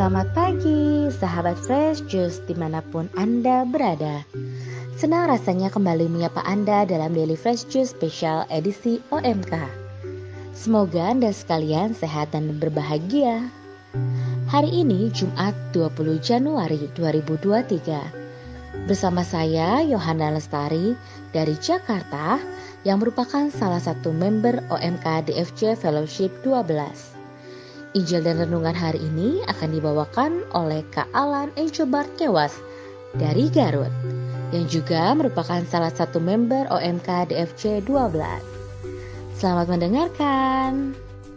Selamat pagi, sahabat Fresh Juice dimanapun Anda berada. Senang rasanya kembali menyapa Anda dalam Daily Fresh Juice spesial edisi OMK. Semoga Anda sekalian sehat dan berbahagia. Hari ini Jumat 20 Januari 2023. Bersama saya Yohana Lestari dari Jakarta yang merupakan salah satu member OMK DFJ Fellowship 12. Injil dan renungan hari ini akan dibawakan oleh Kak Alan Ejobart Kewas dari Garut, yang juga merupakan salah satu member OMK DFJ 12. Selamat mendengarkan.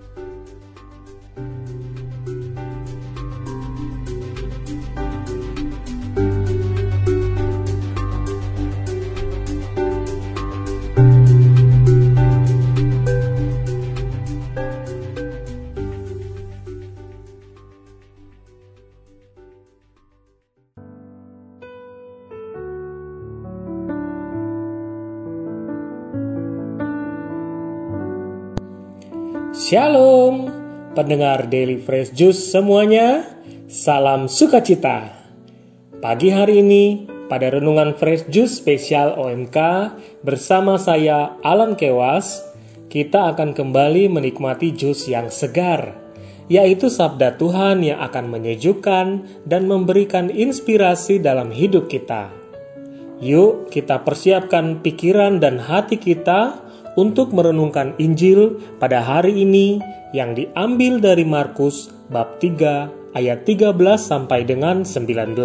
Shalom, pendengar Daily Fresh Juice semuanya, salam sukacita. Pagi hari ini, pada Renungan Fresh Juice spesial OMK bersama saya Alan Kewas, kita akan kembali menikmati jus yang segar, yaitu sabda Tuhan yang akan menyejukkan dan memberikan inspirasi dalam hidup kita. Yuk kita persiapkan pikiran dan hati kita untuk merenungkan Injil pada hari ini yang diambil dari Markus bab 3 ayat 13 sampai dengan 19.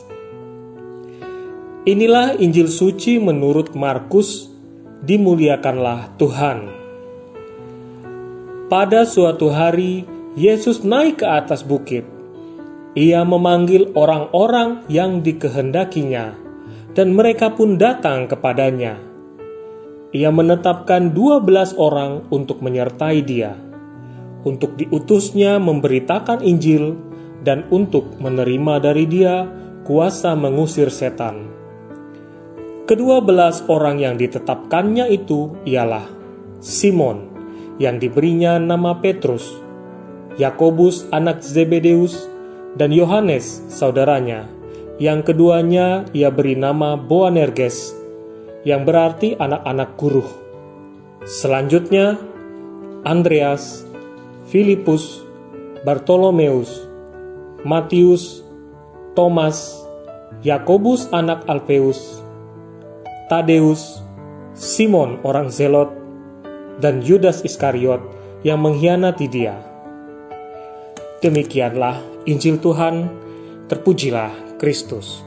Inilah Injil suci menurut Markus, dimuliakanlah Tuhan. Pada suatu hari, Yesus naik ke atas bukit. Ia memanggil orang-orang yang dikehendakinya, dan mereka pun datang kepadanya. Ia menetapkan 12 orang untuk menyertai dia, untuk diutusnya memberitakan Injil dan untuk menerima dari dia kuasa mengusir setan. Ke-12 orang yang ditetapkannya itu ialah Simon, yang diberinya nama Petrus, Yakobus anak Zebedeus, dan Yohanes saudaranya, yang keduanya ia beri nama Boanerges, yang berarti anak-anak guru. Selanjutnya, Andreas, Filipus, Bartolomeus, Matius, Thomas, Yakobus anak Alfeus, Tadeus, Simon orang Zelot, dan Yudas Iskariot yang mengkhianati dia. Demikianlah Injil Tuhan, terpujilah Kristus.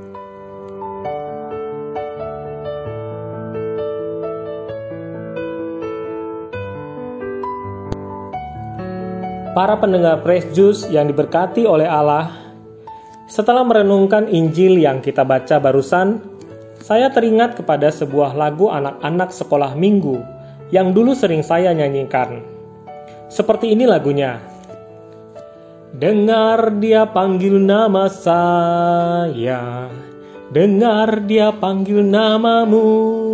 Para pendengar Fresh Juice yang diberkati oleh Allah, setelah merenungkan Injil yang kita baca barusan, saya teringat kepada sebuah lagu anak-anak sekolah minggu yang dulu sering saya nyanyikan. Seperti ini lagunya. Dengar dia panggil nama saya, dengar dia panggil namamu,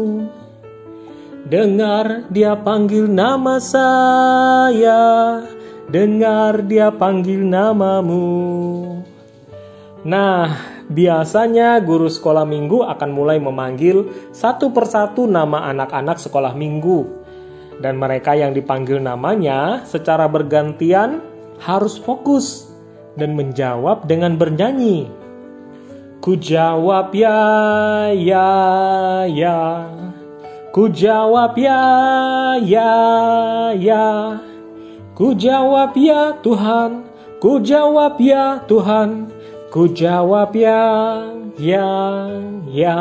dengar dia panggil nama saya, dengar dia panggil namamu. Nah, biasanya guru sekolah minggu akan mulai memanggil satu persatu nama anak-anak sekolah minggu. Dan mereka yang dipanggil namanya secara bergantian harus fokus dan menjawab dengan bernyanyi. Ku jawab ya, ya, ya. Ku jawab ya, ya, ya. Ku jawab ya Tuhan, ku jawab ya Tuhan, ku jawab ya, ya, ya.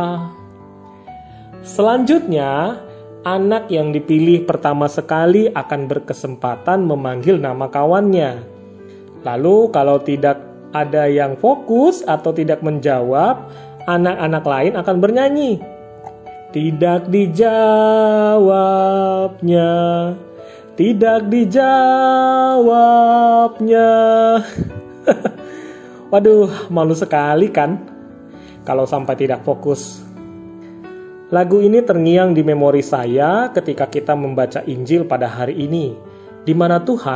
Selanjutnya, anak yang dipilih pertama sekali akan berkesempatan memanggil nama kawannya. Lalu kalau tidak ada yang fokus atau tidak menjawab, anak-anak lain akan bernyanyi. Tidak dijawabnya, tidak dijawabnya. Waduh, malu sekali kan kalau sampai tidak fokus. Lagu ini terngiang di memori saya ketika kita membaca Injil pada hari ini, di mana Tuhan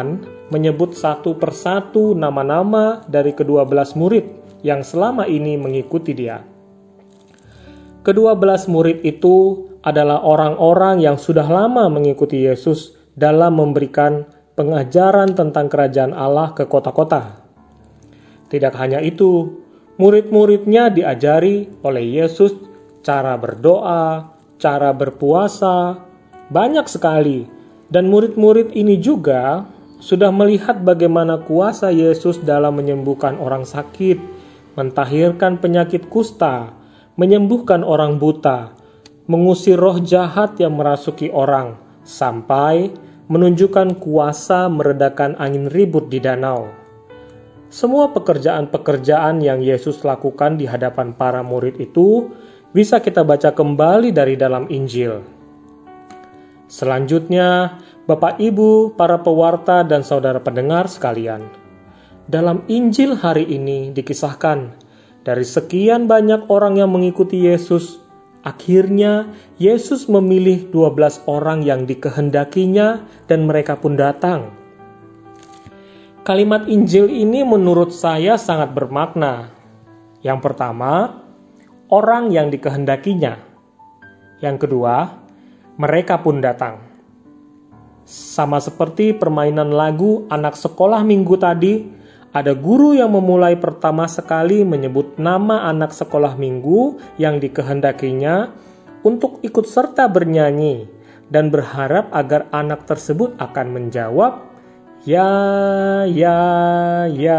menyebut satu persatu nama-nama dari ke-12 murid yang selama ini mengikuti dia. Ke-12 murid itu adalah orang-orang yang sudah lama mengikuti Yesus dalam memberikan pengajaran tentang kerajaan Allah ke kota-kota. Tidak hanya itu, murid-muridnya diajari oleh Yesus cara berdoa, cara berpuasa, banyak sekali. Dan murid-murid ini juga sudah melihat bagaimana kuasa Yesus dalam menyembuhkan orang sakit, mentahirkan penyakit kusta, menyembuhkan orang buta, mengusir roh jahat yang merasuki orang, sampai menunjukkan kuasa meredakan angin ribut di danau. Semua pekerjaan-pekerjaan yang Yesus lakukan di hadapan para murid itu bisa kita baca kembali dari dalam Injil. Selanjutnya, Bapak Ibu, para pewarta dan saudara pendengar sekalian, dalam Injil hari ini dikisahkan dari sekian banyak orang yang mengikuti Yesus, akhirnya Yesus memilih 12 orang yang dikehendakinya dan mereka pun datang. Kalimat Injil ini menurut saya sangat bermakna. Yang pertama, orang yang dikehendakinya. Yang kedua, mereka pun datang. Sama seperti permainan lagu anak sekolah minggu tadi, ada guru yang memulai pertama sekali menyebut nama anak sekolah minggu yang dikehendakinya untuk ikut serta bernyanyi dan berharap agar anak tersebut akan menjawab, "Ya, ya, ya."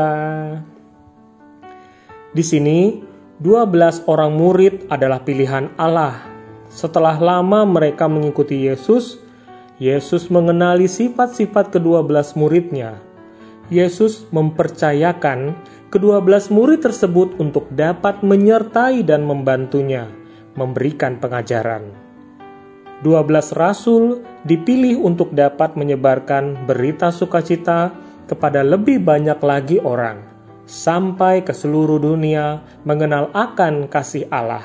Di sini, 12 orang murid adalah pilihan Allah. Setelah lama mereka mengikuti Yesus, Yesus mengenali sifat-sifat ke-12 muridnya. Yesus mempercayakan ke-12 murid tersebut untuk dapat menyertai dan membantunya, memberikan pengajaran. 12 rasul dipilih untuk dapat menyebarkan berita sukacita kepada lebih banyak lagi orang, sampai ke seluruh dunia mengenal akan kasih Allah.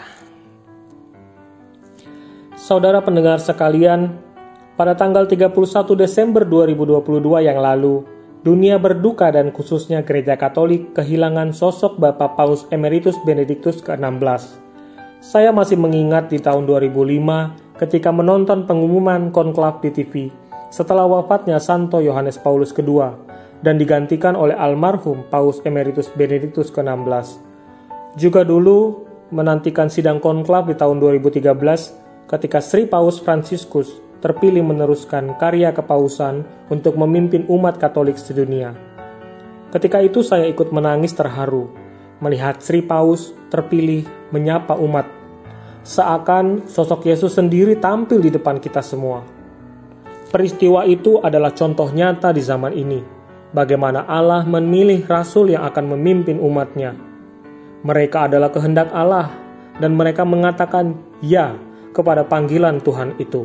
Saudara pendengar sekalian, pada tanggal 31 Desember 2022 yang lalu, dunia berduka dan khususnya Gereja Katolik kehilangan sosok Bapak Paus Emeritus Benediktus ke-16. Saya masih mengingat di tahun 2005 ketika menonton pengumuman konklav di TV setelah wafatnya Santo Yohanes Paulus II dan digantikan oleh almarhum Paus Emeritus Benediktus ke-16. Juga dulu menantikan sidang konklav di tahun 2013 ketika Sri Paus Fransiskus terpilih meneruskan karya kepausan untuk memimpin umat Katolik sedunia. Ketika itu saya ikut menangis terharu, melihat Sri Paus terpilih menyapa umat, seakan sosok Yesus sendiri tampil di depan kita semua. Peristiwa itu adalah contoh nyata di zaman ini, bagaimana Allah memilih rasul yang akan memimpin umatnya. Mereka adalah kehendak Allah, dan mereka mengatakan ya kepada panggilan Tuhan itu.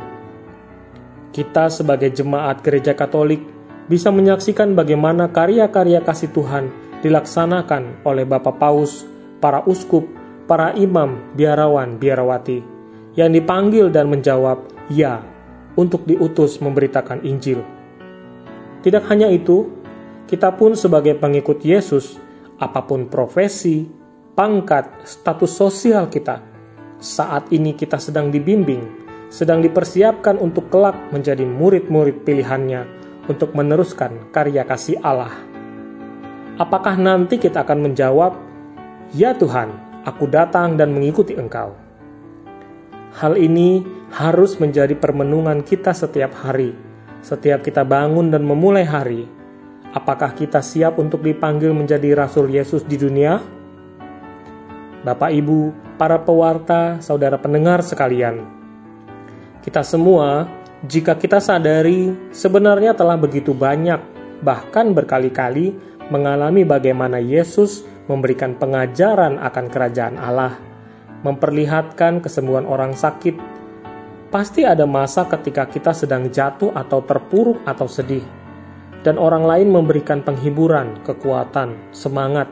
Kita sebagai jemaat Gereja Katolik bisa menyaksikan bagaimana karya-karya kasih Tuhan dilaksanakan oleh Bapak Paus, para uskup, para imam, biarawan, biarawati yang dipanggil dan menjawab ya untuk diutus memberitakan Injil. Tidak hanya itu, kita pun sebagai pengikut Yesus, apapun profesi, pangkat, status sosial kita, saat ini kita sedang dibimbing, sedang dipersiapkan untuk kelak menjadi murid-murid pilihannya untuk meneruskan karya kasih Allah. Apakah nanti kita akan menjawab, "Ya Tuhan, aku datang dan mengikuti Engkau"? Hal ini harus menjadi permenungan kita setiap hari, setiap kita bangun dan memulai hari. Apakah kita siap untuk dipanggil menjadi Rasul Yesus di dunia? Bapak, Ibu, para pewarta, saudara pendengar sekalian, kita semua, jika kita sadari, sebenarnya telah begitu banyak, bahkan berkali-kali mengalami bagaimana Yesus memberikan pengajaran akan kerajaan Allah, memperlihatkan kesembuhan orang sakit. Pasti ada masa ketika kita sedang jatuh atau terpuruk atau sedih, dan orang lain memberikan penghiburan, kekuatan, semangat.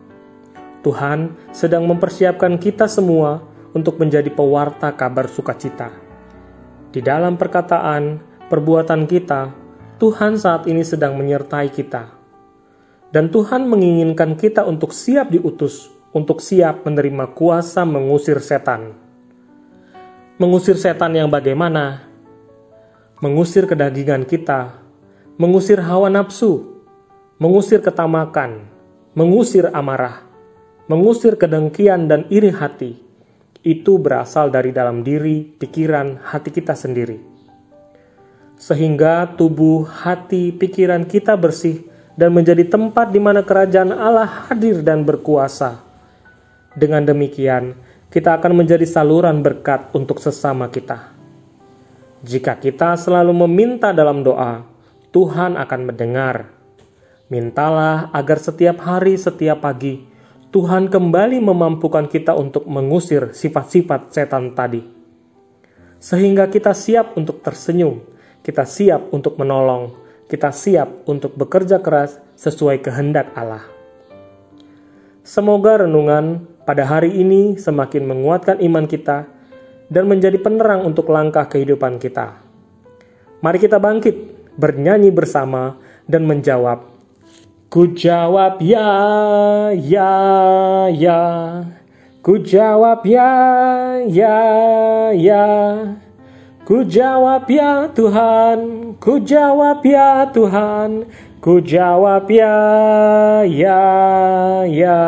Tuhan sedang mempersiapkan kita semua untuk menjadi pewarta kabar sukacita. Di dalam perkataan, perbuatan kita, Tuhan saat ini sedang menyertai kita. Dan Tuhan menginginkan kita untuk siap diutus, untuk siap menerima kuasa mengusir setan. Mengusir setan yang bagaimana? Mengusir kedagingan kita, mengusir hawa nafsu, mengusir ketamakan, mengusir amarah, mengusir kedengkian dan iri hati. Itu berasal dari dalam diri, pikiran, hati kita sendiri. Sehingga tubuh, hati, pikiran kita bersih dan menjadi tempat di mana kerajaan Allah hadir dan berkuasa. Dengan demikian, kita akan menjadi saluran berkat untuk sesama kita. Jika kita selalu meminta dalam doa, Tuhan akan mendengar. Mintalah agar setiap hari, setiap pagi, Tuhan kembali memampukan kita untuk mengusir sifat-sifat setan tadi. Sehingga kita siap untuk tersenyum, kita siap untuk menolong, kita siap untuk bekerja keras sesuai kehendak Allah. Semoga renungan pada hari ini semakin menguatkan iman kita dan menjadi penerang untuk langkah kehidupan kita. Mari kita bangkit, bernyanyi bersama dan menjawab, ku jawab ya, ya, ya. Ku jawab ya, ya, ya. Ku jawab ya Tuhan, ku jawab ya Tuhan, ku jawab ya, ya, ya.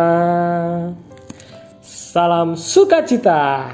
Salam sukacita.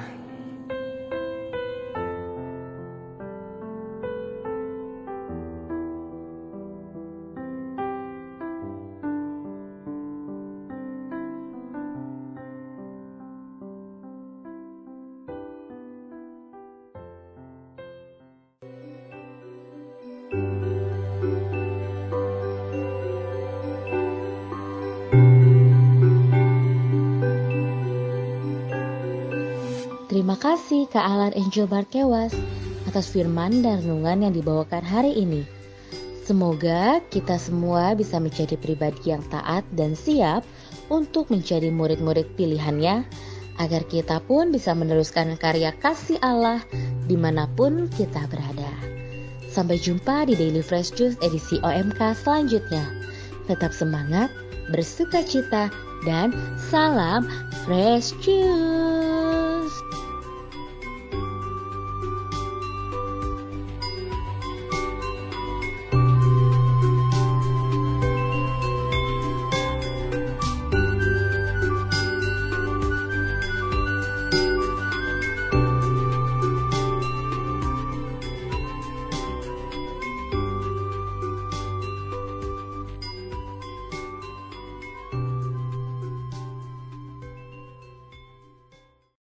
Terima kasih Kak Alan Angel Barkewas atas firman dan renungan yang dibawakan hari ini. Semoga kita semua bisa menjadi pribadi yang taat dan siap untuk menjadi murid-murid pilihannya, agar kita pun bisa meneruskan karya kasih Allah dimanapun kita berada. Sampai jumpa di Daily Fresh Juice edisi OMK selanjutnya. Tetap semangat, bersuka cita, dan salam Fresh Juice.